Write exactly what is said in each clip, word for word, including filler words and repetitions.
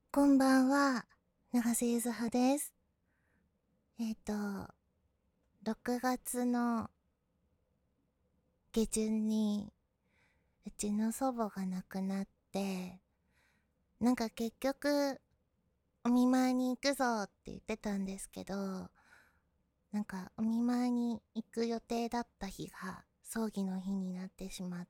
こんばんは、長瀬ゆずはです。えっ、と、ろくがつの下旬に、うちの祖母が亡くなって、なんか結局、お見舞いに行くぞって言ってたんですけど、なんかお見舞いに行く予定だった日が葬儀の日になってしまって、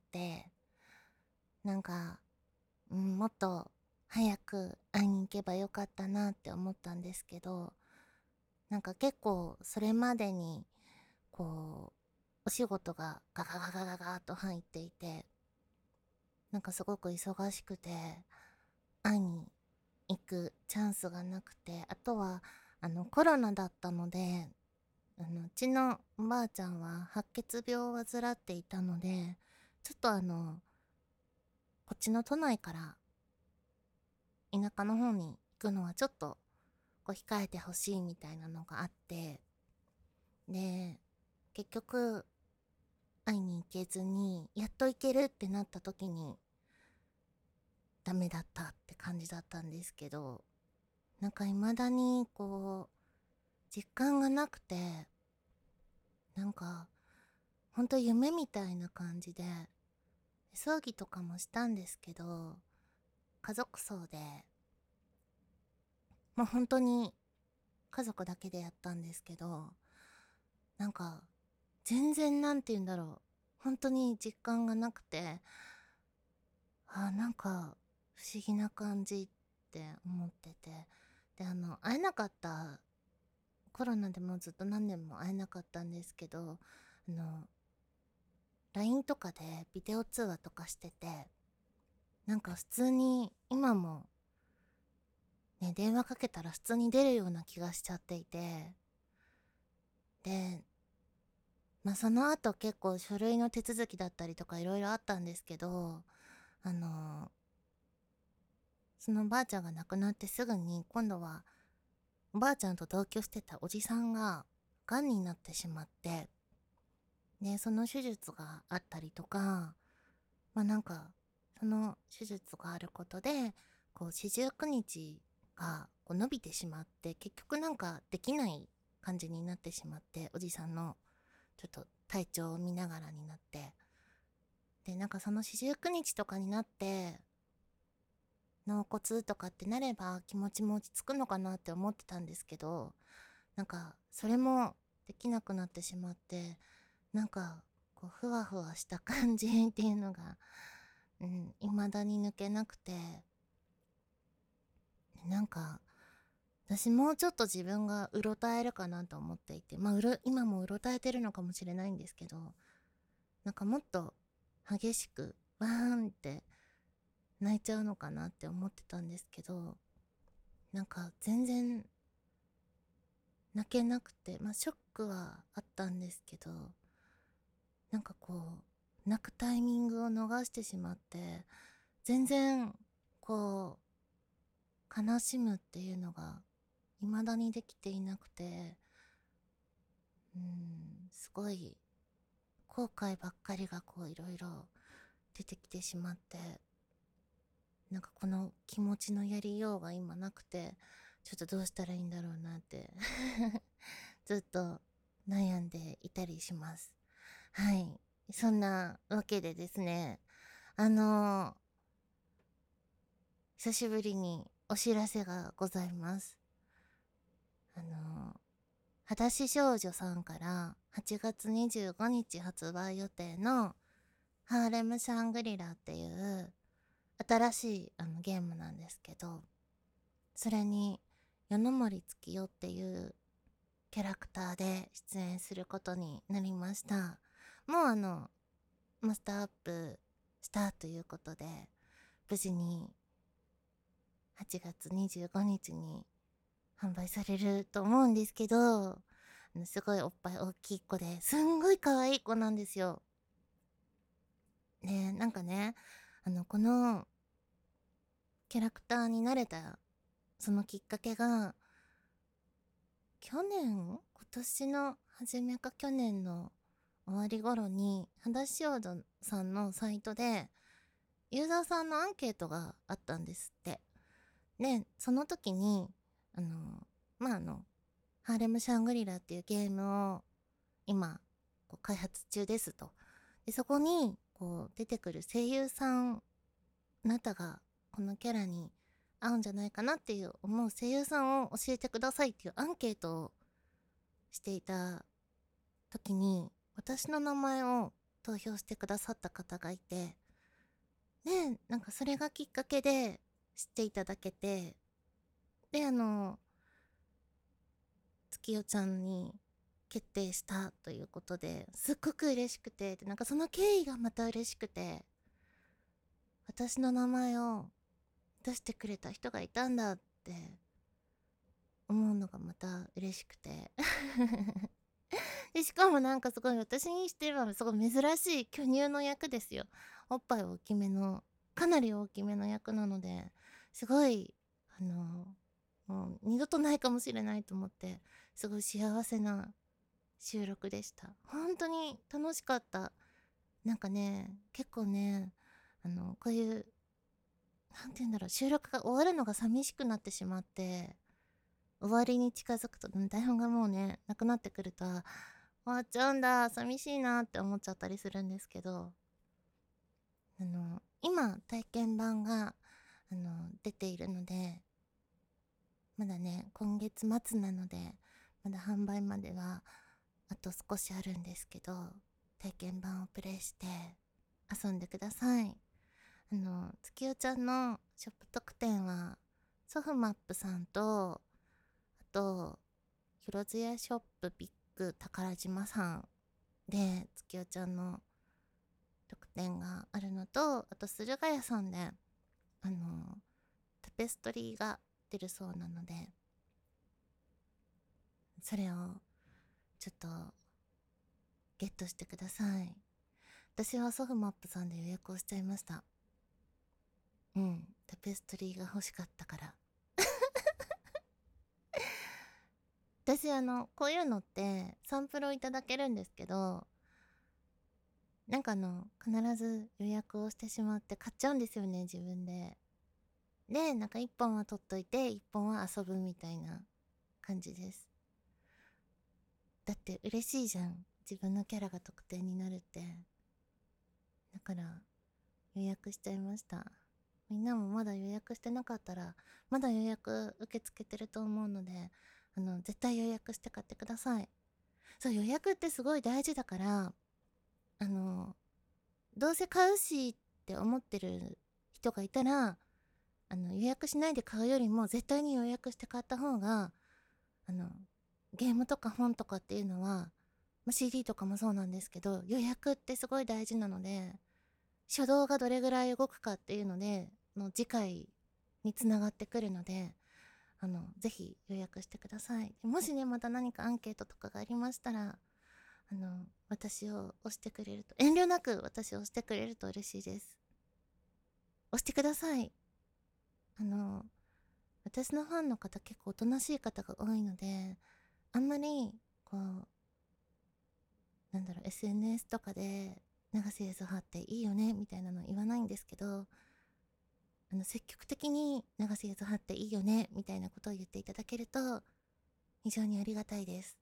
なんか、うん、もっと早く会いに行けばよかったなって思ったんですけど、なんか結構それまでにこうお仕事がガガガガガガーと入っていて、なんかすごく忙しくて会いに行くチャンスがなくて、あとはあのコロナだったので、あのうちのおばあちゃんは白血病を患っていたので、ちょっとあのこっちの都内から田舎の方に行くのはちょっとこう控えてほしいみたいなのがあって、で結局会いに行けずに、やっと行けるってなった時にダメだったって感じだったんですけど、なんか未だにこう実感がなくて、なんかほんと夢みたいな感じで、葬儀とかもしたんですけど、家族葬でもう本当に家族だけでやったんですけど、なんか全然、なんて言うんだろう、本当に実感がなくて、あ、なんか不思議な感じって思ってて、であの会えなかった、コロナでもずっと何年も会えなかったんですけど、あの ライン とかでビデオ通話とかしてて、なんか普通に今もね、電話かけたら普通に出るような気がしちゃっていて、でまあその後結構書類の手続きだったりとかいろいろあったんですけど、あのそのばあちゃんが亡くなってすぐに、今度はおばあちゃんと同居してたおじさんが癌になってしまって、でその手術があったりとか、まあなんかその手術があることでこう四十九日がこう伸びてしまって、結局なんかできない感じになってしまって、おじさんのちょっと体調を見ながらになって、でなんかその四十九日とかになって納骨とかってなれば気持ちも落ち着くのかなって思ってたんですけど、なんかそれもできなくなってしまって、なんかこうふわふわした感じっていうのが、うん、未だに抜けなくて、なんか私もうちょっと自分がうろたえるかなと思っていて、まあうろ今もうろたえてるのかもしれないんですけど、なんかもっと激しくバーンって泣いちゃうのかなって思ってたんですけど、なんか全然泣けなくて、まあショックはあったんですけど、なんかこう泣くタイミングを逃してしまって、全然こう悲しむっていうのが未だにできていなくて、うん、すごい後悔ばっかりがこういろいろ出てきてしまって、なんかこの気持ちのやりようが今なくて、ちょっとどうしたらいいんだろうなってずっと悩んでいたりします。はい。そんなわけでですね、あのー久しぶりにお知らせがございます。あのー、裸足少女さんからはちがつにじゅうごにち発売予定のハーレムシャングリラっていう新しいあのゲームなんですけど、それに夜の森月夜っていうキャラクターで出演することになりました。もうあのマスターアップしたということで、無事にはちがつにじゅうごにちに販売されると思うんですけど、あのすごいおっぱい大きい子ですんごい可愛い子なんですよ。ね、なんかね、あのこのキャラクターになれたそのきっかけが、去年今年の初めか去年の終わり頃に、裸足少女さんのサイトでユーザーさんのアンケートがあったんですって。 で、その時に、あの、まあ、あの、ハーレムシャングリラっていうゲームを今、こう開発中ですと。で、そこに、こう、出てくる声優さん、あなたがこのキャラに合うんじゃないかなっていう思う声優さんを教えてくださいっていうアンケートをしていた時に、私の名前を投票してくださった方がいて、で、なんかそれがきっかけで知っていただけて、で、あの、月代ちゃんに決定したということですっごく嬉しくて、でなんかその経緯がまた嬉しくて、私の名前を出してくれた人がいたんだって思うのがまた嬉しくてでしかもなんかすごい私にしてはすごい珍しい巨乳の役ですよ。おっぱい大きめのかなり大きめの役なので、すごいあのもう二度とないかもしれないと思って、すごい幸せな収録でした。本当に楽しかった。なんかね、結構ね、あのこういうなんて言うんだろう、収録が終わるのが寂しくなってしまって、終わりに近づくと、うん台本がもうねなくなってくると、あ終わっちゃうんだ寂しいなって思っちゃったりするんですけど、あの今体験版があの出ているので、まだね今月末なのでまだ販売まではあと少しあるんですけど、体験版をプレイして遊んでください。あの月代ちゃんのショップ特典はソフマップさんと、あと広津屋ショップビッグ宝島さんで月代ちゃんの特典があるのと、あと駿河屋さんであのタペストリーが出るそうなので、それをちょっとゲットしてください。私はソフマップさんで予約をしちゃいました。うん、タペストリーが欲しかったから私あのこういうのってサンプルをいただけるんですけど、なんかあの必ず予約をしてしまって買っちゃうんですよね、自分で。でなんかいっぽんは取っといていっぽんは遊ぶみたいな感じです。だって嬉しいじゃん、自分のキャラが特典になるって。だから予約しちゃいました。みんなもまだ予約してなかったらまだ予約受け付けてると思うので、あの絶対予約して買ってください。そう、予約ってすごい大事だから、あのどうせ買うしって思ってる人がいたら、あの予約しないで買うよりも絶対に予約して買った方が、あのゲームとか本とかっていうのは、まあ、シーディー とかもそうなんですけど、予約ってすごい大事なので、初動がどれぐらい動くかっていうのでの次回につながってくるので、あのぜひ予約してください。もしねまた何かアンケートとかがありましたら、あの私を押してくれると、遠慮なく私を押してくれると嬉しいです。押してください。あの私のファンの方結構おとなしい方が多いので、あんまりこうなんだろう エスエヌエス とかで永瀬柚葉っていいよねみたいなの言わないんですけど、あの積極的に永瀬柚葉っていいよねみたいなことを言っていただけると非常にありがたいです。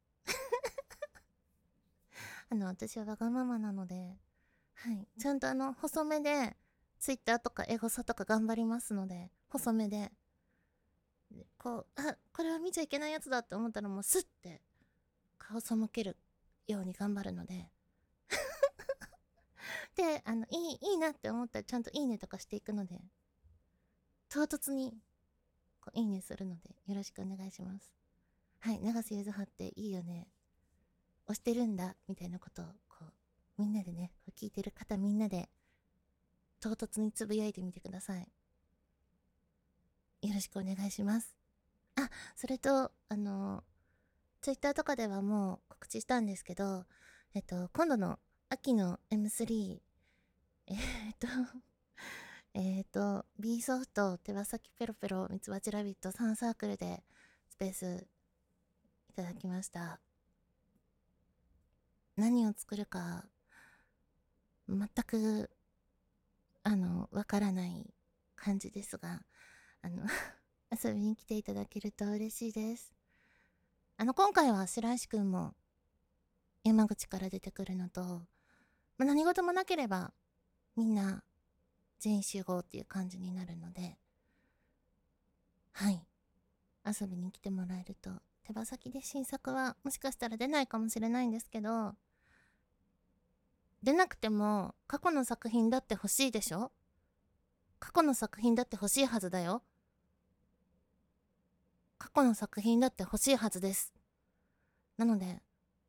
あの私はわがままなので、はい、ちゃんとあの細めで Twitter とかエゴサとか頑張りますので、細めでこう、あこれは見ちゃいけないやつだって思ったらもうスッて顔背けるように頑張るのでであのいいいいなって思ったらちゃんといいねとかしていくので、唐突にこういいねするのでよろしくお願いします。はい、永瀬柚葉っていいよね、押してるんだみたいなことをこうみんなでね、こう聞いてる方みんなで唐突につぶやいてみてください。よろしくお願いします。あ、それとあのツイッターとかではもう告知したんですけど、えっと今度の秋の エムスリー、えー、っとえっと B ソフト手羽先ペロペロミツバチラビットさんサークルでスペースいただきました。何を作るか全くあのわからない感じですが、あの遊びに来ていただけると嬉しいです。あの、今回は白石くんも山口から出てくるのと、まあ、何事もなければみんな全員集合っていう感じになるので、はい。遊びに来てもらえると、手羽先で新作はもしかしたら出ないかもしれないんですけど、出なくても過去の作品だって欲しいでしょ？過去の作品だって欲しいはずだよ。過去の作品だって欲しいはずです。なので、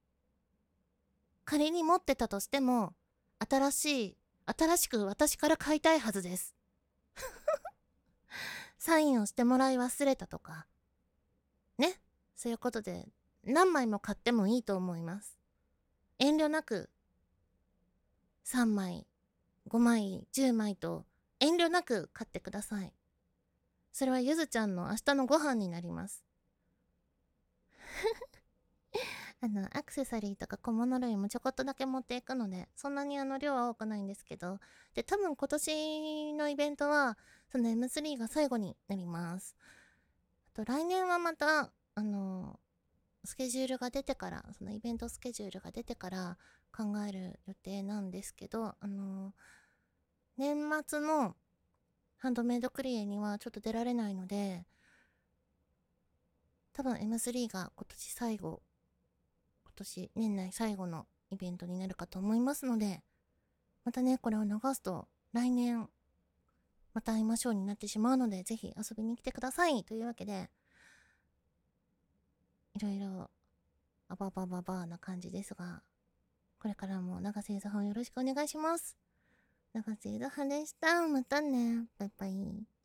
仮に持ってたとしても、新しい、新しく私から買いたいはずです。サインをしてもらい忘れたとか、ね。そういうことで、何枚も買ってもいいと思います。遠慮なく、さんまい、ごまい、じゅうまいと、遠慮なく買ってください。それはゆずちゃんの明日のご飯になります。あの、アクセサリーとか小物類もちょこっとだけ持っていくので、そんなにあの量は多くないんですけど、で、多分今年のイベントは、その エムスリー が最後になります。あと来年はまた、あの、スケジュールが出てから、そのイベントスケジュールが出てから考える予定なんですけど、あの、年末のハンドメイドクリエにはちょっと出られないので、多分 エムスリー が今年最後、今年年内最後のイベントになるかと思いますので、またね、これを流すと来年また会いましょうになってしまうので、ぜひ遊びに来てください。というわけで、いろいろあばばばばな感じですが、これからも長瀬ゆずはをよろしくお願いします。長瀬ゆずはでした。またね。バイバイ。